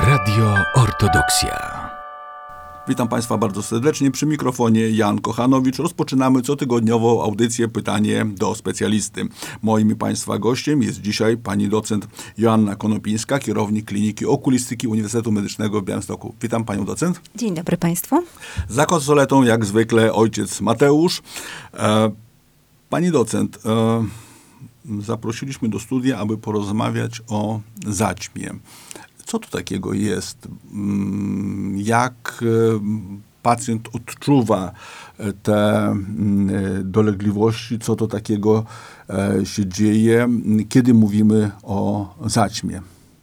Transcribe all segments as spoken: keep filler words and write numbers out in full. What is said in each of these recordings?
Radio Ortodoksja. Witam Państwa bardzo serdecznie. Przy mikrofonie Jan Kochanowicz. Rozpoczynamy cotygodniową audycję Pytanie do specjalisty. Moim i Państwa gościem jest dzisiaj pani docent Joanna Konopińska, kierownik Kliniki Okulistyki Uniwersytetu Medycznego w Białymstoku. Witam panią docent. Dzień dobry Państwu. Za konsoletą jak zwykle ojciec Mateusz. E, pani docent, e, zaprosiliśmy do studia, aby porozmawiać o zaćmie. Co to takiego jest? Jak pacjent odczuwa te dolegliwości? Co to takiego się dzieje, kiedy mówimy o zaćmie?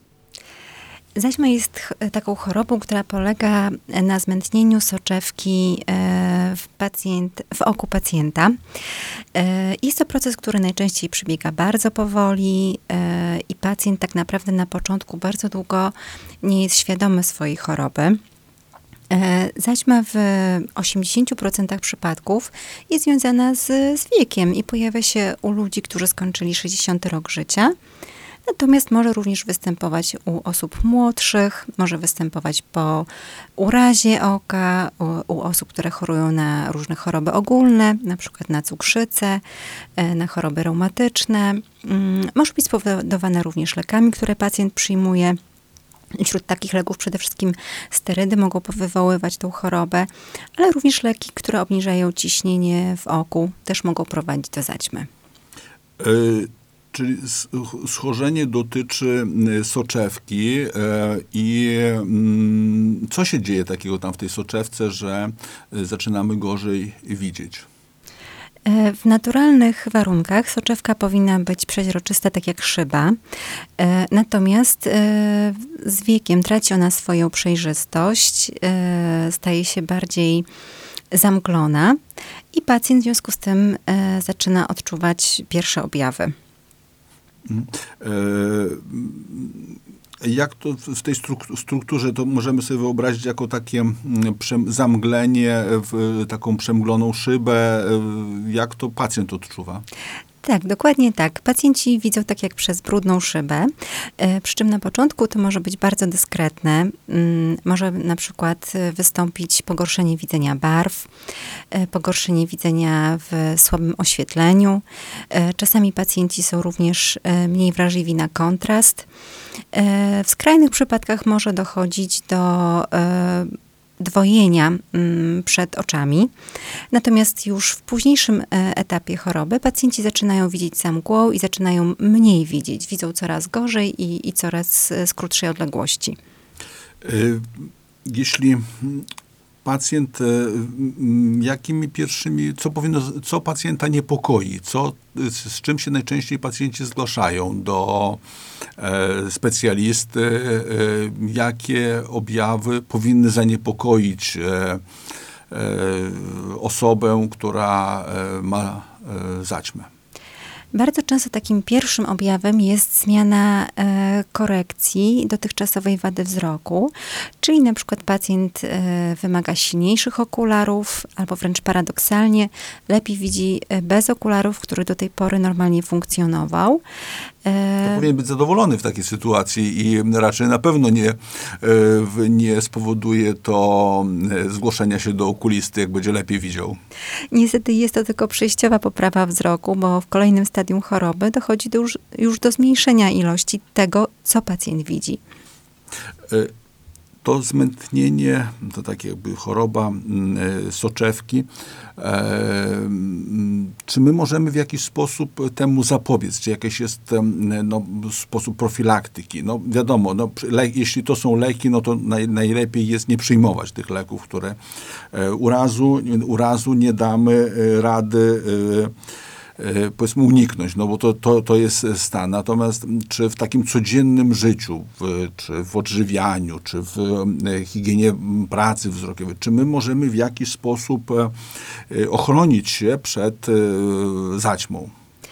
Zaćma jest taką chorobą, która polega na zmętnieniu soczewki w, pacjent, w oku pacjenta. Jest to proces, który najczęściej przebiega bardzo powoli i pacjent tak naprawdę na początku bardzo długo nie jest świadomy swojej choroby. Zaćma w osiemdziesięciu procentach przypadków jest związana z, z wiekiem i pojawia się u ludzi, którzy skończyli sześćdziesiąty rok życia. Natomiast może również występować u osób młodszych, może występować po urazie oka, u, u osób, które chorują na różne choroby ogólne, na przykład na cukrzycę, na choroby reumatyczne. Może być spowodowane również lekami, które pacjent przyjmuje. Wśród takich leków przede wszystkim sterydy mogą wywoływać tą chorobę, ale również leki, które obniżają ciśnienie w oku, też mogą prowadzić do zaćmy. Y- Czyli schorzenie dotyczy soczewki i co się dzieje takiego tam w tej soczewce, że zaczynamy gorzej widzieć? W naturalnych warunkach soczewka powinna być przeźroczysta, tak jak szyba. Natomiast z wiekiem traci ona swoją przejrzystość, staje się bardziej zamglona i pacjent w związku z tym zaczyna odczuwać pierwsze objawy. Jak to w tej strukturze to możemy sobie wyobrazić jako takie zamglenie, taką przemgloną szybę? Jak to pacjent odczuwa? Tak, dokładnie tak. Pacjenci widzą tak jak przez brudną szybę, przy czym na początku to może być bardzo dyskretne. Może na przykład wystąpić pogorszenie widzenia barw, pogorszenie widzenia w słabym oświetleniu. Czasami pacjenci są również mniej wrażliwi na kontrast. W skrajnych przypadkach może dochodzić do dwojenia przed oczami. Natomiast już w późniejszym etapie choroby pacjenci zaczynają widzieć za mgłą i zaczynają mniej widzieć. Widzą coraz gorzej i, i coraz z krótszej odległości. Jeśli pacjent, jakimi pierwszymi, co powinno, co pacjenta niepokoi? Co, z czym się najczęściej pacjenci zgłaszają do e, specjalisty? E, jakie objawy powinny zaniepokoić e, e, osobę, która e, ma e, zaćmę? Bardzo często takim pierwszym objawem jest zmiana e, korekcji dotychczasowej wady wzroku, czyli na przykład pacjent e, wymaga silniejszych okularów, albo wręcz paradoksalnie lepiej widzi bez okularów, który do tej pory normalnie funkcjonował. E, to powinien być zadowolony w takiej sytuacji i raczej na pewno nie, e, nie spowoduje to zgłoszenia się do okulisty, jak będzie lepiej widział. Niestety jest to tylko przejściowa poprawa wzroku, bo w kolejnym stadium choroby dochodzi do już, już do zmniejszenia ilości tego, co pacjent widzi. E, To zmętnienie, to takie jakby choroba y, soczewki. E, czy my możemy w jakiś sposób temu zapobiec? Czy jakiś jest no, sposób profilaktyki? No wiadomo, no, le, jeśli to są leki, no to naj, najlepiej jest nie przyjmować tych leków, które e, urazu, urazu nie damy rady e, powiedzmy uniknąć, no bo to, to, to jest stan. Natomiast czy w takim codziennym życiu, w, czy w odżywianiu, czy w higienie pracy wzrokowej, czy my możemy w jakiś sposób ochronić się przed zaćmą?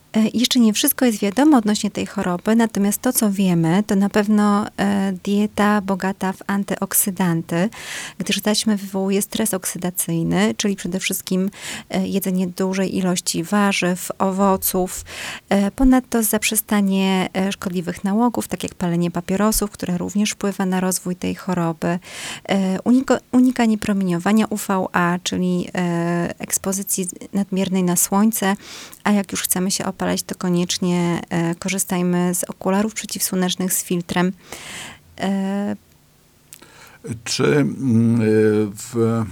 E, Jeszcze nie wszystko jest wiadomo odnośnie tej choroby, natomiast to, co wiemy, to na pewno e, dieta bogata w antyoksydanty, gdyż zaćmę wywołuje stres oksydacyjny, czyli przede wszystkim e, jedzenie dużej ilości warzyw, owoców. E, ponadto zaprzestanie e, szkodliwych nałogów, tak jak palenie papierosów, które również wpływa na rozwój tej choroby. E, uniko, unikanie promieniowania U V A, czyli e, ekspozycji nadmiernej na słońce, a jak już chcemy się opalać, to koniecznie e, korzystajmy z okularów przeciwsłonecznych z filtrem. E, Czy mm, w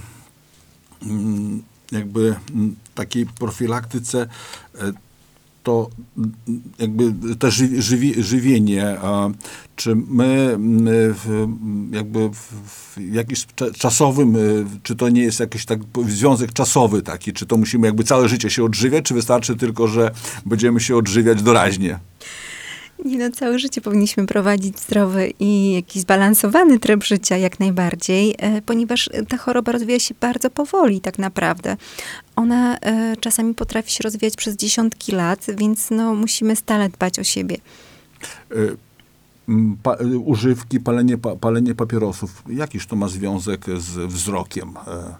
mm, jakby mm, takiej profilaktyce e, to mm, jakby też ży- żywi, żywienie, a czy my mm, w, jakby w, w jakimś cza- czasowym, y, czy to nie jest jakiś tak związek czasowy taki, czy to musimy jakby całe życie się odżywiać, czy wystarczy tylko, że będziemy się odżywiać doraźnie? Nie no, całe życie powinniśmy prowadzić zdrowy i jakiś zbalansowany tryb życia jak najbardziej, e, ponieważ ta choroba rozwija się bardzo powoli tak naprawdę. Ona e, czasami potrafi się rozwijać przez dziesiątki lat, więc no, musimy stale dbać o siebie. Y, m, Pa, y, używki, palenie, pa, palenie papierosów. Jakiż to ma związek z wzrokiem? E,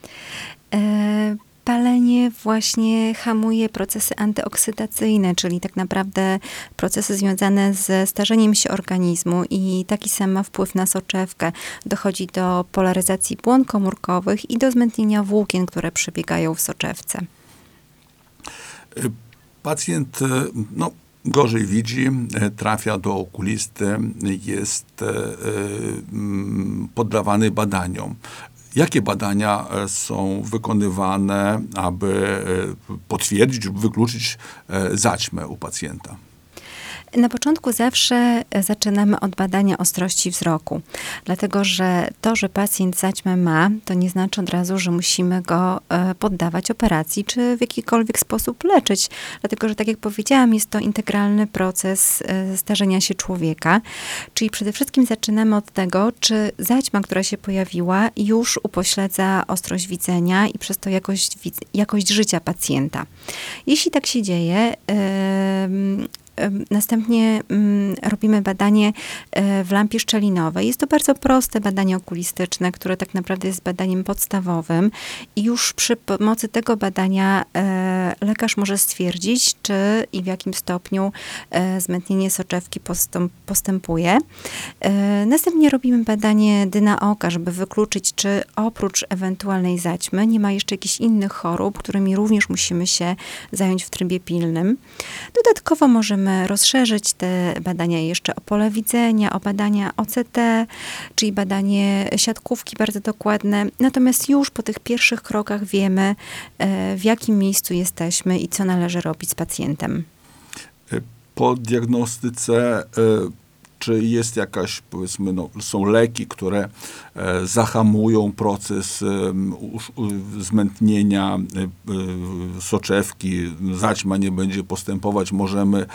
E, Palenie właśnie hamuje procesy antyoksydacyjne, czyli tak naprawdę procesy związane ze starzeniem się organizmu i taki sam ma wpływ na soczewkę. Dochodzi do polaryzacji błon komórkowych i do zmętnienia włókien, które przebiegają w soczewce. y, Pacjent, y, no, gorzej widzi, y, trafia do okulisty, jest y, y, mm, poddawany badaniom. Jakie badania e, są wykonywane, aby e, potwierdzić lub wykluczyć e, zaćmę u pacjenta? Na początku zawsze zaczynamy od badania ostrości wzroku, dlatego że to, że pacjent zaćmę ma, to nie znaczy od razu, że musimy go poddawać operacji, czy w jakikolwiek sposób leczyć, dlatego że tak jak powiedziałam, jest to integralny proces starzenia się człowieka, czyli przede wszystkim zaczynamy od tego, czy zaćma, która się pojawiła, już upośledza ostrość widzenia i przez to jakość, jakość życia pacjenta. Jeśli tak się dzieje, yy, Następnie mm, robimy badanie e, w lampie szczelinowej. Jest to bardzo proste badanie okulistyczne, które tak naprawdę jest badaniem podstawowym i już przy pomocy tego badania e, lekarz może stwierdzić, czy i w jakim stopniu e, zmętnienie soczewki postąp, postępuje. E, następnie robimy badanie dyna oka, żeby wykluczyć, czy oprócz ewentualnej zaćmy nie ma jeszcze jakichś innych chorób, którymi również musimy się zająć w trybie pilnym. Dodatkowo możemy rozszerzyć te badania jeszcze o pole widzenia, o badania O C T, czyli badanie siatkówki bardzo dokładne. Natomiast już po tych pierwszych krokach wiemy, w jakim miejscu jesteśmy i co należy robić z pacjentem. Po diagnostyce czy jest jakaś, powiedzmy, no, są leki, które e, zahamują proces e, u, u, zmętnienia e, soczewki, zaćma nie będzie postępować, możemy e,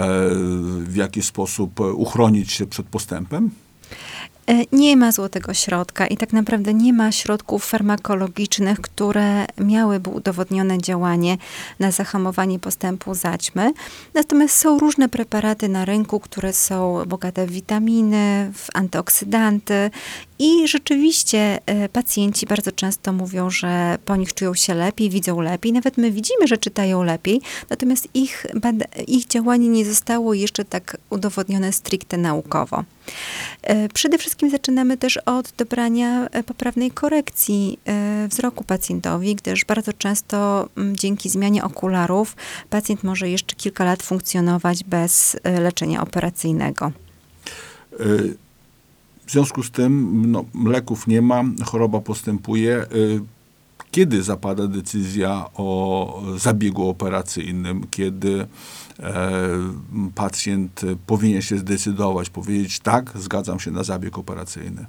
w jakiś sposób uchronić się przed postępem? Nie ma złotego środka i tak naprawdę nie ma środków farmakologicznych, które miałyby udowodnione działanie na zahamowanie postępu zaćmy. Natomiast są różne preparaty na rynku, które są bogate w witaminy, w antyoksydanty i rzeczywiście e, pacjenci bardzo często mówią, że po nich czują się lepiej, widzą lepiej. Nawet my widzimy, że czytają lepiej, natomiast ich, bada- ich działanie nie zostało jeszcze tak udowodnione stricte naukowo. E, przede wszystkim zaczynamy też od dobrania e, poprawnej korekcji e, wzroku pacjentowi, gdyż bardzo często m, dzięki zmianie okularów pacjent może jeszcze kilka lat funkcjonować bez e, leczenia operacyjnego. Y- W związku z tym no, leków nie ma, choroba postępuje. Kiedy zapada decyzja o zabiegu operacyjnym? Kiedy e, pacjent powinien się zdecydować, powiedzieć tak, zgadzam się na zabieg operacyjny?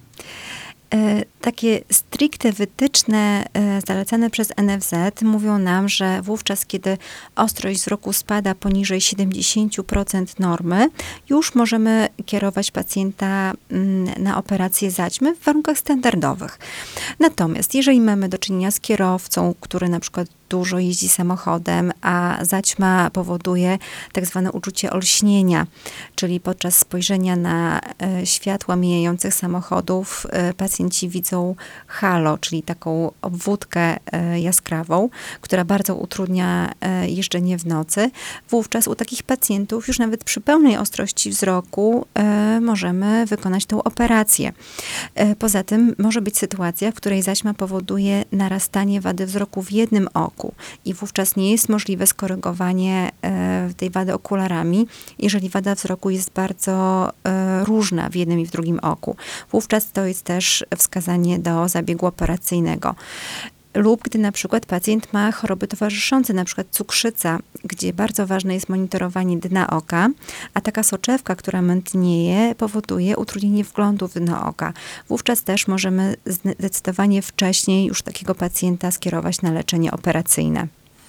Takie stricte wytyczne zalecane przez N F Z mówią nam, że wówczas, kiedy ostrość wzroku spada poniżej siedemdziesiąt procent normy, już możemy kierować pacjenta na operację zaćmy w warunkach standardowych. Natomiast jeżeli mamy do czynienia z kierowcą, który na przykład dużo jeździ samochodem, a zaćma powoduje tak zwane uczucie olśnienia, czyli podczas spojrzenia na e, światła mijających samochodów e, pacjenci widzą halo, czyli taką obwódkę e, jaskrawą, która bardzo utrudnia e, jeżdżenie w nocy. Wówczas u takich pacjentów już nawet przy pełnej ostrości wzroku e, możemy wykonać tą operację. E, poza tym może być sytuacja, w której zaćma powoduje narastanie wady wzroku w jednym oku i wówczas nie jest możliwe skorygowanie e, tej wady okularami, jeżeli wada wzroku jest bardzo e, różna w jednym i w drugim oku. Wówczas to jest też wskazanie do zabiegu operacyjnego. Lub gdy na przykład pacjent ma choroby towarzyszące, na przykład cukrzyca, gdzie bardzo ważne jest monitorowanie dna oka, a taka soczewka, która mętnieje, powoduje utrudnienie wglądu w dno oka. Wówczas też możemy zdecydowanie wcześniej już takiego pacjenta skierować na leczenie operacyjne.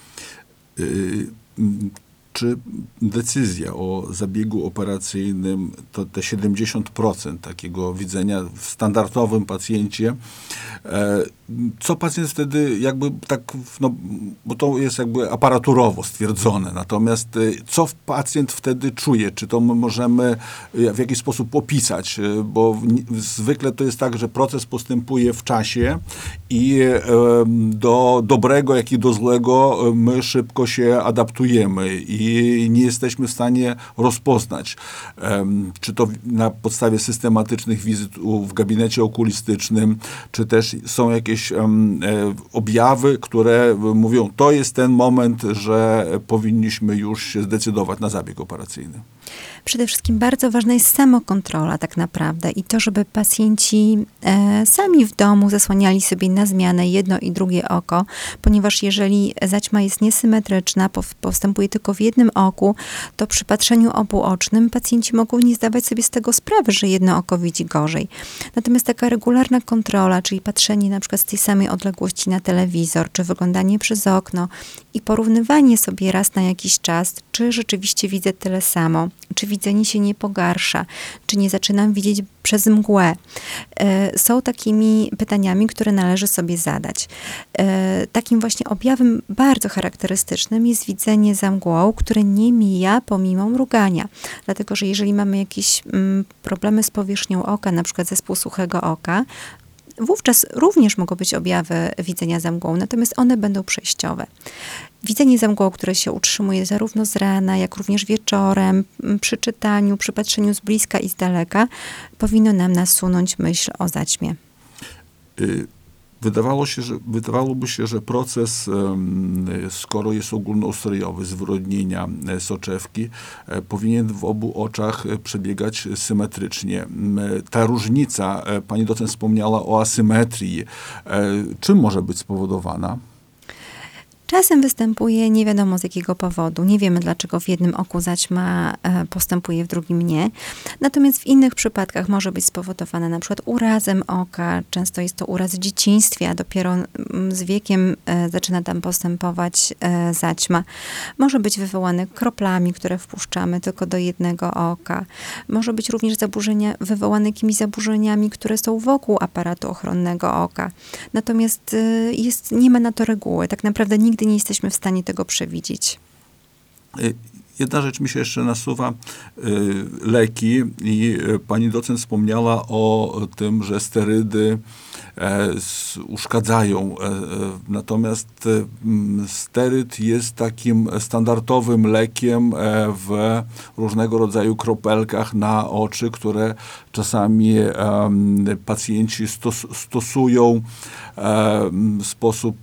Y- Czy decyzja o zabiegu operacyjnym, to te siedemdziesiąt procent takiego widzenia w standardowym pacjencie, e, co pacjent wtedy jakby tak, no, bo to jest jakby aparaturowo stwierdzone, natomiast e, co pacjent wtedy czuje? Czy to my możemy w jakiś sposób opisać? E, bo w, zwykle to jest tak, że proces postępuje w czasie i e, do dobrego, jak i do złego my szybko się adaptujemy i i nie jesteśmy w stanie rozpoznać, um, czy to na podstawie systematycznych wizyt w gabinecie okulistycznym, czy też są jakieś um, e, objawy, które mówią, to jest ten moment, że powinniśmy już się zdecydować na zabieg operacyjny. Przede wszystkim bardzo ważna jest samokontrola tak naprawdę i to, żeby pacjenci e, sami w domu zasłaniali sobie na zmianę jedno i drugie oko, ponieważ jeżeli zaćma jest niesymetryczna, postępuje tylko w jednym oku, to przy patrzeniu obuocznym pacjenci mogą nie zdawać sobie z tego sprawy, że jedno oko widzi gorzej. Natomiast taka regularna kontrola, czyli patrzenie na przykład z tej samej odległości na telewizor, czy wyglądanie przez okno i porównywanie sobie raz na jakiś czas, czy rzeczywiście widzę tyle samo, czy widzenie się nie pogarsza, czy nie zaczynam widzieć przez mgłę. E, są takimi pytaniami, które należy sobie zadać. E, takim właśnie objawem bardzo charakterystycznym jest widzenie za mgłą, które nie mija pomimo mrugania. Dlatego, że jeżeli mamy jakieś mm, problemy z powierzchnią oka, na przykład zespół suchego oka, wówczas również mogą być objawy widzenia za mgłą, natomiast one będą przejściowe. Widzenie za mgłą, które się utrzymuje zarówno z rana, jak również wieczorem, przy czytaniu, przy patrzeniu z bliska i z daleka, powinno nam nasunąć myśl o zaćmie. Y- Wydawało się, że, wydawałoby się, że proces, skoro jest ogólnoustrojowy, zwyrodnienia soczewki, powinien w obu oczach przebiegać symetrycznie. Ta różnica, pani docent wspomniała o asymetrii. Czym może być spowodowana? Czasem występuje nie wiadomo z jakiego powodu. Nie wiemy, dlaczego w jednym oku zaćma postępuje, w drugim nie. Natomiast w innych przypadkach może być spowodowana na przykład urazem oka. Często jest to uraz w dzieciństwie, a dopiero z wiekiem zaczyna tam postępować zaćma. Może być wywołany kroplami, które wpuszczamy tylko do jednego oka. Może być również zaburzenia wywołane jakimiś zaburzeniami, które są wokół aparatu ochronnego oka. Natomiast jest, nie ma na to reguły. Tak naprawdę nigdy Nigdy nie jesteśmy w stanie tego przewidzieć. Jedna rzecz mi się jeszcze nasuwa, leki, i pani docent wspomniała o tym, że sterydy uszkadzają. Natomiast steryd jest takim standardowym lekiem w różnego rodzaju kropelkach na oczy, które czasami pacjenci stos, stosują w sposób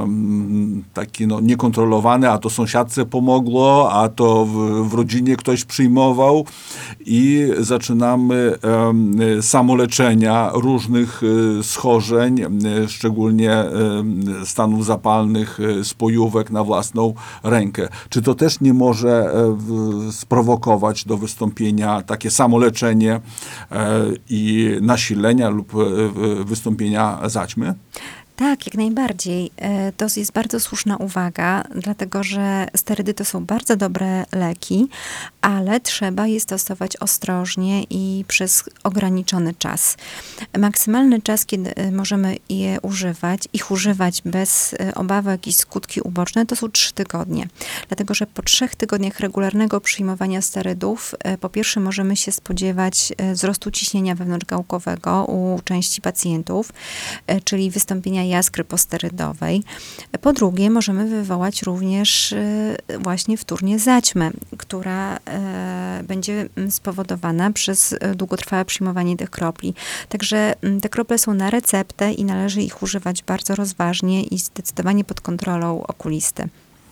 taki no, niekontrolowany, a to sąsiadce pomogło, a to w, w rodzinie ktoś przyjmował i zaczynamy samoleczenia różnych schorzeń, szczególnie stanów zapalnych, spojówek na własną rękę. Czy to też nie może sprowokować do wystąpienia takie samoleczenie i nasilenia lub wystąpienia zaćmy? Tak, jak najbardziej. E, To jest bardzo słuszna uwaga, dlatego że sterydy to są bardzo dobre leki, ale trzeba je stosować ostrożnie i przez ograniczony czas. Maksymalny czas, kiedy e, możemy je używać, ich używać bez e, obawy o jakieś skutki uboczne, to są trzy tygodnie. Dlatego, że po trzech tygodniach regularnego przyjmowania sterydów, e, po pierwsze możemy się spodziewać e, wzrostu ciśnienia wewnątrzgałkowego u części pacjentów, e, czyli wystąpienia jaskry posterydowej. Po drugie, możemy wywołać również y, właśnie wtórnie zaćmę, która y, będzie spowodowana przez długotrwałe przyjmowanie tych kropli. Także y, te krople są na receptę i należy ich używać bardzo rozważnie i zdecydowanie pod kontrolą okulisty.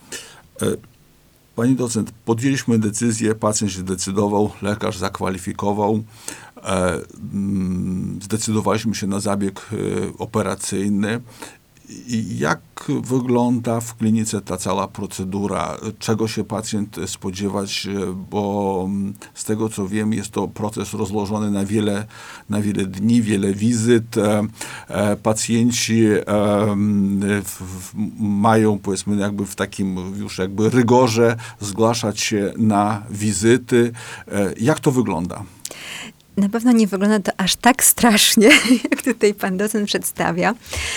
Pani docent, podjęliśmy decyzję, pacjent się zdecydował, lekarz zakwalifikował, e, mm, zdecydowaliśmy się na zabieg e, operacyjny. I jak wygląda w klinice ta cała procedura? Czego się pacjent spodziewać? Bo z tego, co wiem, jest to proces rozłożony na wiele, na wiele dni, wiele wizyt. E, e, pacjenci e, w, w, mają, powiedzmy, jakby w takim już jakby rygorze zgłaszać się na wizyty. E, jak to wygląda? Na pewno nie wygląda to aż tak strasznie, jak tutaj pan docent przedstawia.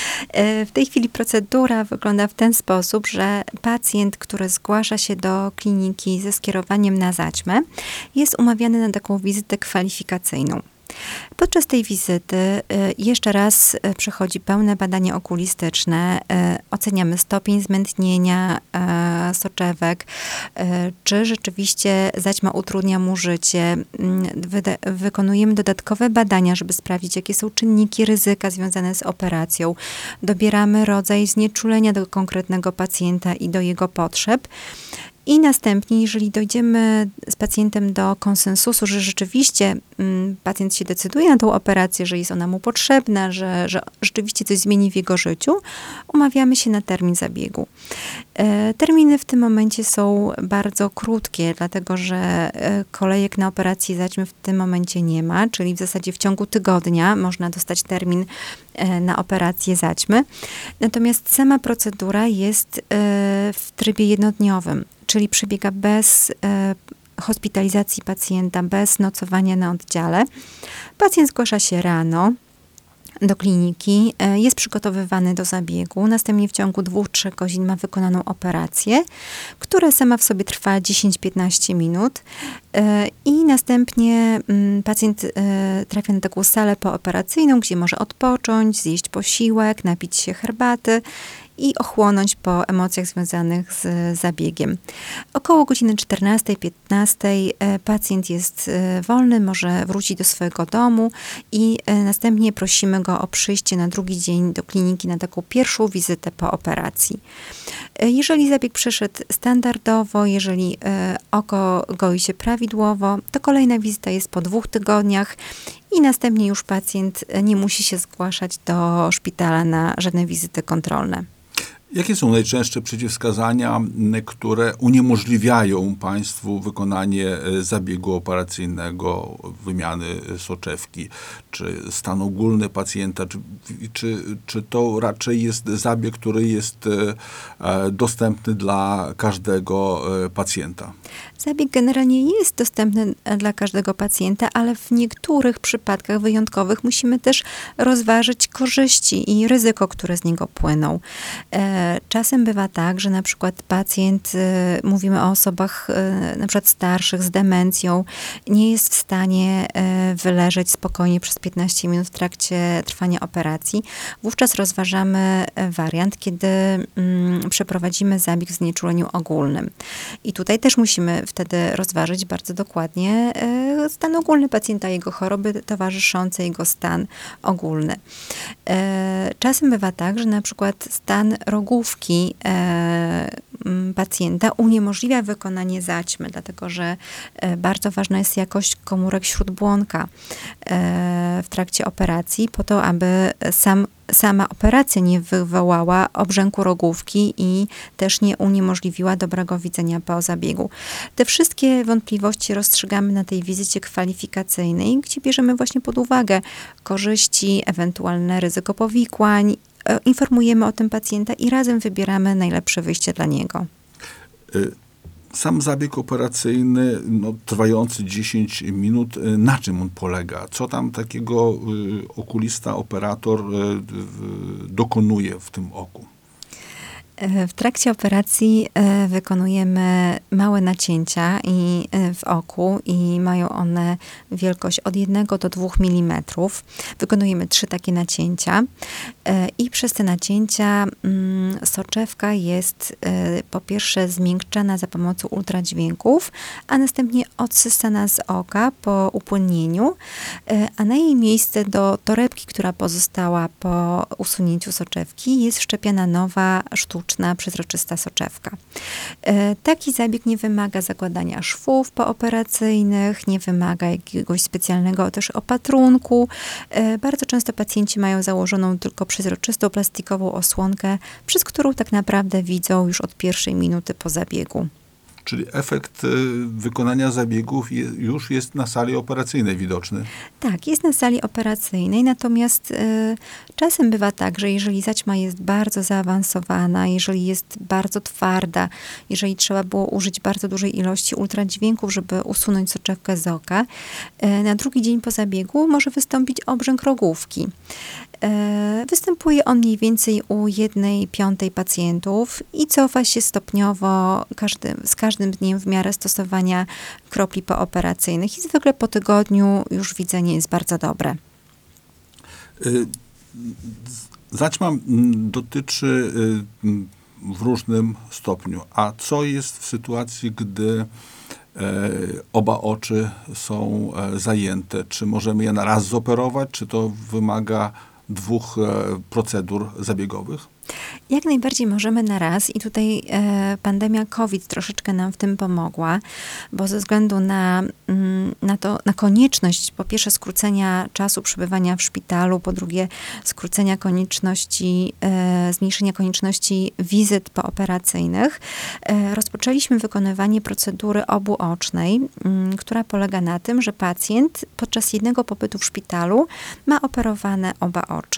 W tej chwili procedura wygląda w ten sposób, że pacjent, który zgłasza się do kliniki ze skierowaniem na zaćmę, jest umawiany na taką wizytę kwalifikacyjną. Podczas tej wizyty y, jeszcze raz y, przechodzi pełne badanie okulistyczne, y, oceniamy stopień zmętnienia y, soczewek, y, czy rzeczywiście zaćma utrudnia mu życie. Y, wyda- wykonujemy dodatkowe badania, żeby sprawdzić, jakie są czynniki ryzyka związane z operacją. Dobieramy rodzaj znieczulenia do konkretnego pacjenta i do jego potrzeb. I następnie, jeżeli dojdziemy z pacjentem do konsensusu, że rzeczywiście mm, pacjent się decyduje na tą operację, że jest ona mu potrzebna, że, że rzeczywiście coś zmieni w jego życiu, umawiamy się na termin zabiegu. E, terminy w tym momencie są bardzo krótkie, dlatego że e, kolejek na operację zaćmy w tym momencie nie ma, czyli w zasadzie w ciągu tygodnia można dostać termin e, na operację zaćmy. Natomiast sama procedura jest e, w trybie jednodniowym, czyli przebiega bez e, hospitalizacji pacjenta, bez nocowania na oddziale. Pacjent zgłasza się rano do kliniki, e, jest przygotowywany do zabiegu, następnie w ciągu dwóch do trzech godzin ma wykonaną operację, która sama w sobie trwa dziesięć do piętnastu minut e, i następnie m, pacjent e, trafia na taką salę pooperacyjną, gdzie może odpocząć, zjeść posiłek, napić się herbaty i ochłonąć po emocjach związanych z zabiegiem. Około godziny czternastej piętnastej pacjent jest wolny, może wrócić do swojego domu i następnie prosimy go o przyjście na drugi dzień do kliniki na taką pierwszą wizytę po operacji. Jeżeli zabieg przeszedł standardowo, jeżeli oko goi się prawidłowo, to kolejna wizyta jest po dwóch tygodniach i następnie już pacjent nie musi się zgłaszać do szpitala na żadne wizyty kontrolne. Jakie są najczęstsze przeciwwskazania, które uniemożliwiają państwu wykonanie zabiegu operacyjnego, wymiany soczewki, czy stan ogólny pacjenta, czy, czy, czy to raczej jest zabieg, który jest dostępny dla każdego pacjenta? Zabieg generalnie jest dostępny dla każdego pacjenta, ale w niektórych przypadkach wyjątkowych musimy też rozważyć korzyści i ryzyko, które z niego płyną. Czasem bywa tak, że na przykład pacjent, mówimy o osobach na przykład starszych z demencją, nie jest w stanie wyleżeć spokojnie przez piętnaście minut w trakcie trwania operacji. Wówczas rozważamy wariant, kiedy przeprowadzimy zabieg w znieczuleniu ogólnym. I tutaj też musimy wtedy rozważyć bardzo dokładnie stan ogólny pacjenta, jego choroby towarzyszące, jego stan ogólny. Czasem bywa tak, że na przykład stan rogówki pacjenta uniemożliwia wykonanie zaćmy, dlatego że bardzo ważna jest jakość komórek śródbłonka w trakcie operacji, po to, aby sam sama operacja nie wywołała obrzęku rogówki i też nie uniemożliwiła dobrego widzenia po zabiegu. Te wszystkie wątpliwości rozstrzygamy na tej wizycie kwalifikacyjnej, gdzie bierzemy właśnie pod uwagę korzyści, ewentualne ryzyko powikłań e, informujemy o tym pacjenta i razem wybieramy najlepsze wyjście dla niego. Sam zabieg operacyjny, no, trwający dziesięć minut, na czym on polega? Co tam takiego y, okulista, operator y, y, dokonuje w tym oku? W trakcie operacji e, wykonujemy małe nacięcia i, e, w oku i mają one wielkość od jednego do dwóch milimetrów. Wykonujemy trzy takie nacięcia e, i przez te nacięcia mm, soczewka jest e, po pierwsze zmiękczana za pomocą ultradźwięków, a następnie odsysana z oka po upłynnieniu, e, a na jej miejsce do torebki, która pozostała po usunięciu soczewki, jest wszczepiana nowa sztuczna przezroczysta soczewka. E, taki zabieg nie wymaga zakładania szwów pooperacyjnych, nie wymaga jakiegoś specjalnego też opatrunku. E, bardzo często pacjenci mają założoną tylko przezroczystą plastikową osłonkę, przez którą tak naprawdę widzą już od pierwszej minuty po zabiegu. Czyli efekt y, wykonania zabiegów je, już jest na sali operacyjnej widoczny? Tak, jest na sali operacyjnej, natomiast y, czasem bywa tak, że jeżeli zaćma jest bardzo zaawansowana, jeżeli jest bardzo twarda, jeżeli trzeba było użyć bardzo dużej ilości ultradźwięków, żeby usunąć soczewkę z oka, y, na drugi dzień po zabiegu może wystąpić obrzęk rogówki. Występuje on mniej więcej u jednej piątej pacjentów i cofa się stopniowo każdy, z każdym dniem w miarę stosowania kropli pooperacyjnych i zwykle po tygodniu już widzenie jest bardzo dobre. Zaćma dotyczy w różnym stopniu. A co jest w sytuacji, gdy oba oczy są zajęte? Czy możemy je na raz zoperować, czy to wymaga dwóch e, procedur zabiegowych? Jak najbardziej możemy na raz i tutaj e, pandemia COVID troszeczkę nam w tym pomogła, bo ze względu na, mm, na to, na konieczność po pierwsze skrócenia czasu przebywania w szpitalu, po drugie skrócenia konieczności, e, zmniejszenia konieczności wizyt pooperacyjnych, e, rozpoczęliśmy wykonywanie procedury obuocznej, m, która polega na tym, że pacjent podczas jednego pobytu w szpitalu ma operowane oba oczy.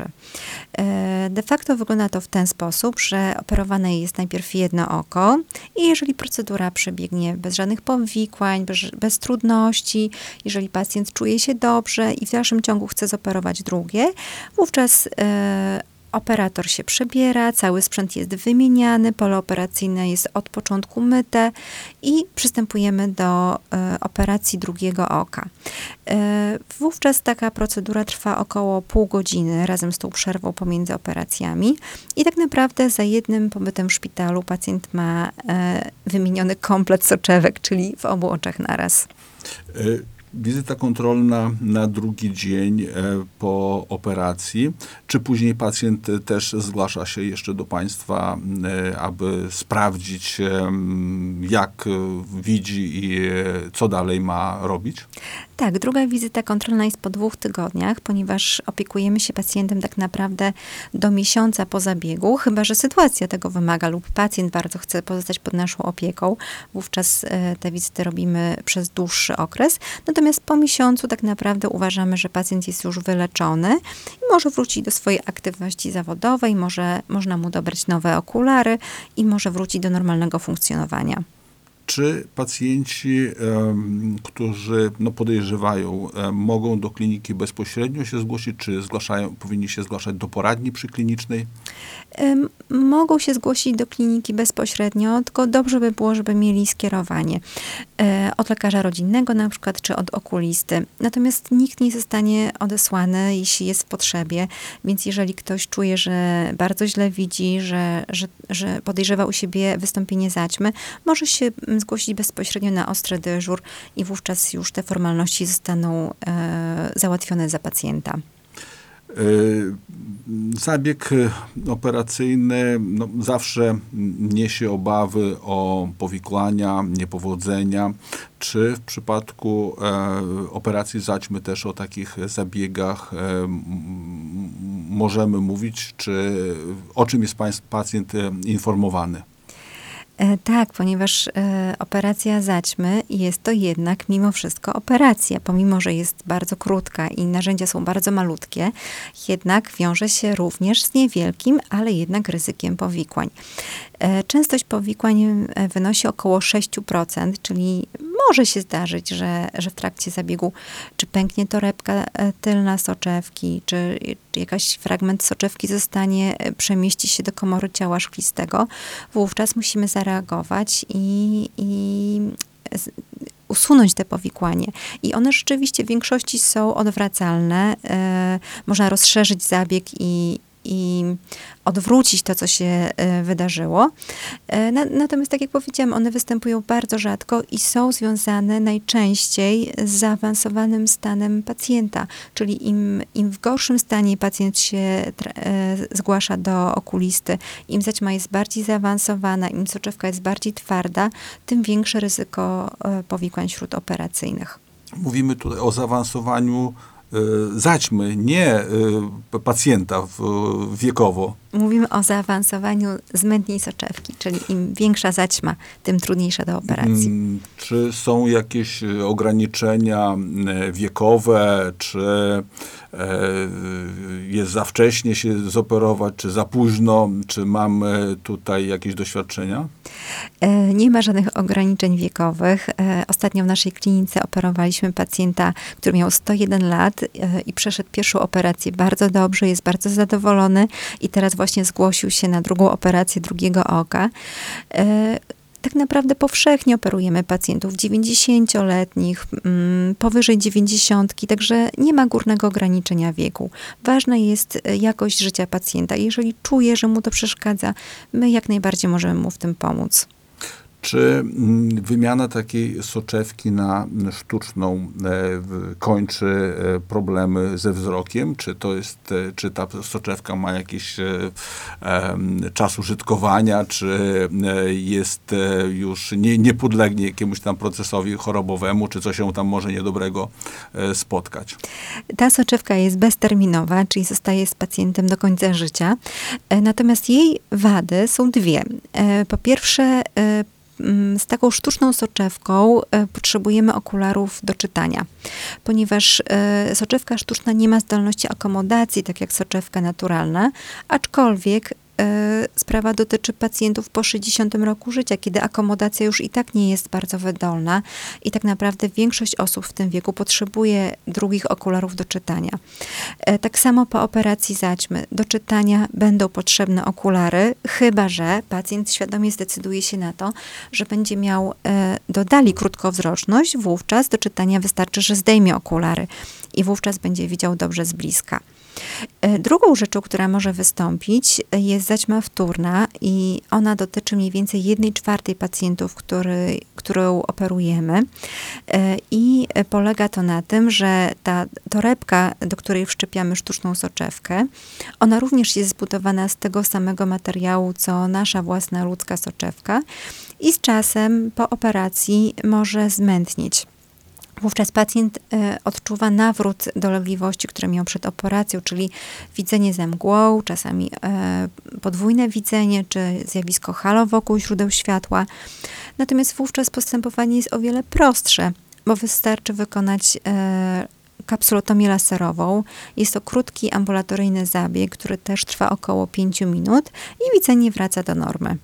E, de facto wygląda to w ten sposób, że operowane jest najpierw jedno oko i jeżeli procedura przebiegnie bez żadnych powikłań, bez, bez trudności, jeżeli pacjent czuje się dobrze i w dalszym ciągu chce zoperować drugie, wówczas e, operator się przebiera, cały sprzęt jest wymieniany, pole operacyjne jest od początku myte i przystępujemy do e, operacji drugiego oka. E, wówczas taka procedura trwa około pół godziny razem z tą przerwą pomiędzy operacjami i tak naprawdę za jednym pobytem w szpitalu pacjent ma e, wymieniony komplet soczewek, czyli w obu oczach naraz. Y- Wizyta kontrolna na drugi dzień e, po operacji. Czy później pacjent też zgłasza się jeszcze do Państwa, e, aby sprawdzić, e, jak widzi i e, co dalej ma robić? Tak, druga wizyta kontrolna jest po dwóch tygodniach, ponieważ opiekujemy się pacjentem tak naprawdę do miesiąca po zabiegu, chyba że sytuacja tego wymaga lub pacjent bardzo chce pozostać pod naszą opieką. Wówczas e, te wizyty robimy przez dłuższy okres. Natomiast po miesiącu tak naprawdę uważamy, że pacjent jest już wyleczony i może wrócić do swojej aktywności zawodowej, może, można mu dobrać nowe okulary i może wrócić do normalnego funkcjonowania. Czy pacjenci, um, którzy no, podejrzewają, um, mogą do kliniki bezpośrednio się zgłosić, czy zgłaszają, powinni się zgłaszać do poradni przyklinicznej? Um, mogą się zgłosić do kliniki bezpośrednio, tylko dobrze by było, żeby mieli skierowanie e, od lekarza rodzinnego na przykład, czy od okulisty. Natomiast nikt nie zostanie odesłany, jeśli jest w potrzebie, więc jeżeli ktoś czuje, że bardzo źle widzi, że, że, że podejrzewa u siebie wystąpienie zaćmy, może się zgłosić bezpośrednio na ostry dyżur i wówczas już te formalności zostaną e, załatwione za pacjenta. Zabieg operacyjny no, zawsze niesie obawy o powikłania, niepowodzenia. Czy w przypadku e, operacji zaćmy też o takich zabiegach e, m, możemy mówić, czy o czym jest pacjent informowany? E, tak, ponieważ e, operacja zaćmy jest to jednak mimo wszystko operacja. Pomimo, że jest bardzo krótka i narzędzia są bardzo malutkie, jednak wiąże się również z niewielkim, ale jednak ryzykiem powikłań. E, częstość powikłań wynosi około sześć procent, czyli może się zdarzyć, że, że w trakcie zabiegu czy pęknie torebka tylna soczewki, czy, czy jakaś fragment soczewki zostanie, przemieści się do komory ciała szklistego. Wówczas musimy zareagować i, i z, usunąć te powikłanie. I one rzeczywiście w większości są odwracalne. E, można rozszerzyć zabieg i i odwrócić to, co się wydarzyło. Natomiast, tak jak powiedziałam, one występują bardzo rzadko i są związane najczęściej z zaawansowanym stanem pacjenta, czyli im, im w gorszym stanie pacjent się zgłasza do okulisty, im zaćma jest bardziej zaawansowana, im soczewka jest bardziej twarda, tym większe ryzyko powikłań śródoperacyjnych. Mówimy tutaj o zaawansowaniu zaćmy, nie pacjenta wiekowo. Mówimy o zaawansowaniu zmętnień soczewki, czyli im większa zaćma, tym trudniejsza do operacji. Czy są jakieś ograniczenia wiekowe, czy jest za wcześnie się zoperować, czy za późno, czy mamy tutaj jakieś doświadczenia? Nie ma żadnych ograniczeń wiekowych. Ostatnio w naszej klinice operowaliśmy pacjenta, który miał sto jeden lat i przeszedł pierwszą operację bardzo dobrze, jest bardzo zadowolony i teraz właśnie zgłosił się na drugą operację drugiego oka. Tak naprawdę powszechnie operujemy pacjentów dziewięćdziesięcioletnich, powyżej dziewięćdziesiątki, także nie ma górnego ograniczenia wieku. Ważna jest jakość życia pacjenta. Jeżeli czuje, że mu to przeszkadza, my jak najbardziej możemy mu w tym pomóc. Czy wymiana takiej soczewki na sztuczną e, kończy e, problemy ze wzrokiem? Czy to jest, e, czy ta soczewka ma jakiś e, e, czas użytkowania, czy e, jest e, już, nie, nie podlegnie jakiemuś tam procesowi chorobowemu, czy coś się tam może niedobrego e, spotkać? Ta soczewka jest bezterminowa, czyli zostaje z pacjentem do końca życia. E, natomiast jej wady są dwie. E, po pierwsze, e, z taką sztuczną soczewką potrzebujemy okularów do czytania, ponieważ soczewka sztuczna nie ma zdolności akomodacji, tak jak soczewka naturalna, aczkolwiek sprawa dotyczy pacjentów po sześćdziesiątym roku życia, kiedy akomodacja już i tak nie jest bardzo wydolna i tak naprawdę większość osób w tym wieku potrzebuje drugich okularów do czytania. Tak samo po operacji zaćmy. Do czytania będą potrzebne okulary, chyba że pacjent świadomie zdecyduje się na to, że będzie miał dodali krótkowzroczność, wówczas do czytania wystarczy, że zdejmie okulary i wówczas będzie widział dobrze z bliska. Drugą rzeczą, która może wystąpić, jest zaćma wtórna i ona dotyczy mniej więcej jednej czwartej pacjentów, który, którą operujemy i polega to na tym, że ta torebka, do której wszczepiamy sztuczną soczewkę, ona również jest zbudowana z tego samego materiału, co nasza własna ludzka soczewka i z czasem po operacji może zmętnieć. Wówczas pacjent y, odczuwa nawrót dolegliwości, które miał przed operacją, czyli widzenie ze mgłą, czasami y, podwójne widzenie, czy zjawisko halo wokół źródeł światła. Natomiast wówczas postępowanie jest o wiele prostsze, bo wystarczy wykonać y, kapsulotomię laserową. Jest to krótki, ambulatoryjny zabieg, który też trwa około pięć minut i widzenie wraca do normy.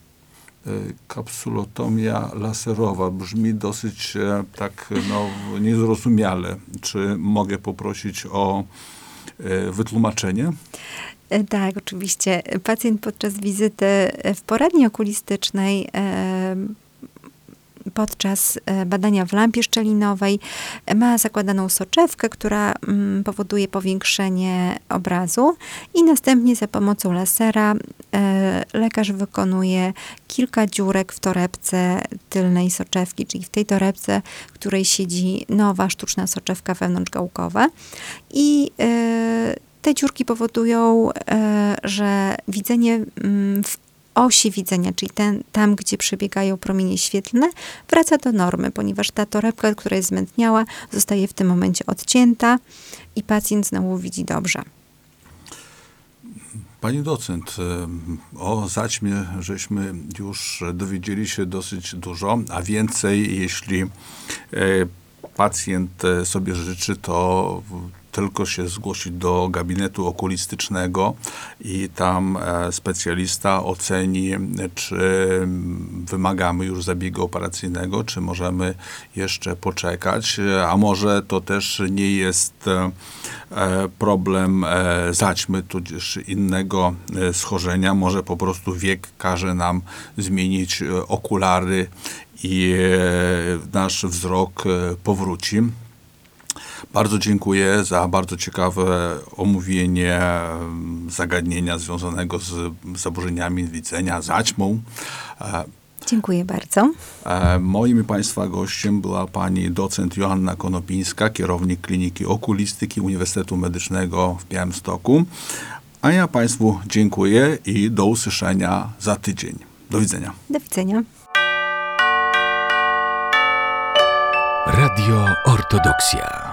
Kapsulotomia laserowa brzmi dosyć e, tak no, niezrozumiale. Czy mogę poprosić o e, wytłumaczenie? E, tak, oczywiście. Pacjent podczas wizyty w poradni okulistycznej e, podczas badania w lampie szczelinowej ma zakładaną soczewkę, która mm, powoduje powiększenie obrazu i następnie za pomocą lasera e, lekarz wykonuje kilka dziurek w torebce tylnej soczewki, czyli w tej torebce, w której siedzi nowa sztuczna soczewka wewnątrzgałkowa i e, te dziurki powodują, e, że widzenie mm, w osi widzenia, czyli ten, tam, gdzie przebiegają promienie świetlne, wraca do normy, ponieważ ta torebka, która jest zmętniała, zostaje w tym momencie odcięta i pacjent znowu widzi dobrze. Pani docent, o zaćmie żeśmy już dowiedzieli się dosyć dużo, a więcej, jeśli pacjent sobie życzy, to tylko się zgłosić do gabinetu okulistycznego i tam specjalista oceni, czy wymagamy już zabiegu operacyjnego, czy możemy jeszcze poczekać, a może to też nie jest problem zaćmy, tudzież innego schorzenia. Może po prostu wiek każe nam zmienić okulary i nasz wzrok powróci. Bardzo dziękuję za bardzo ciekawe omówienie zagadnienia związanego z zaburzeniami widzenia, zaćmą. Dziękuję bardzo. Moim i Państwa gościem była pani docent Joanna Konopińska, kierownik Kliniki Okulistyki Uniwersytetu Medycznego w Białymstoku. A ja Państwu dziękuję i do usłyszenia za tydzień. Do widzenia. Do widzenia. Radio Ortodoksja.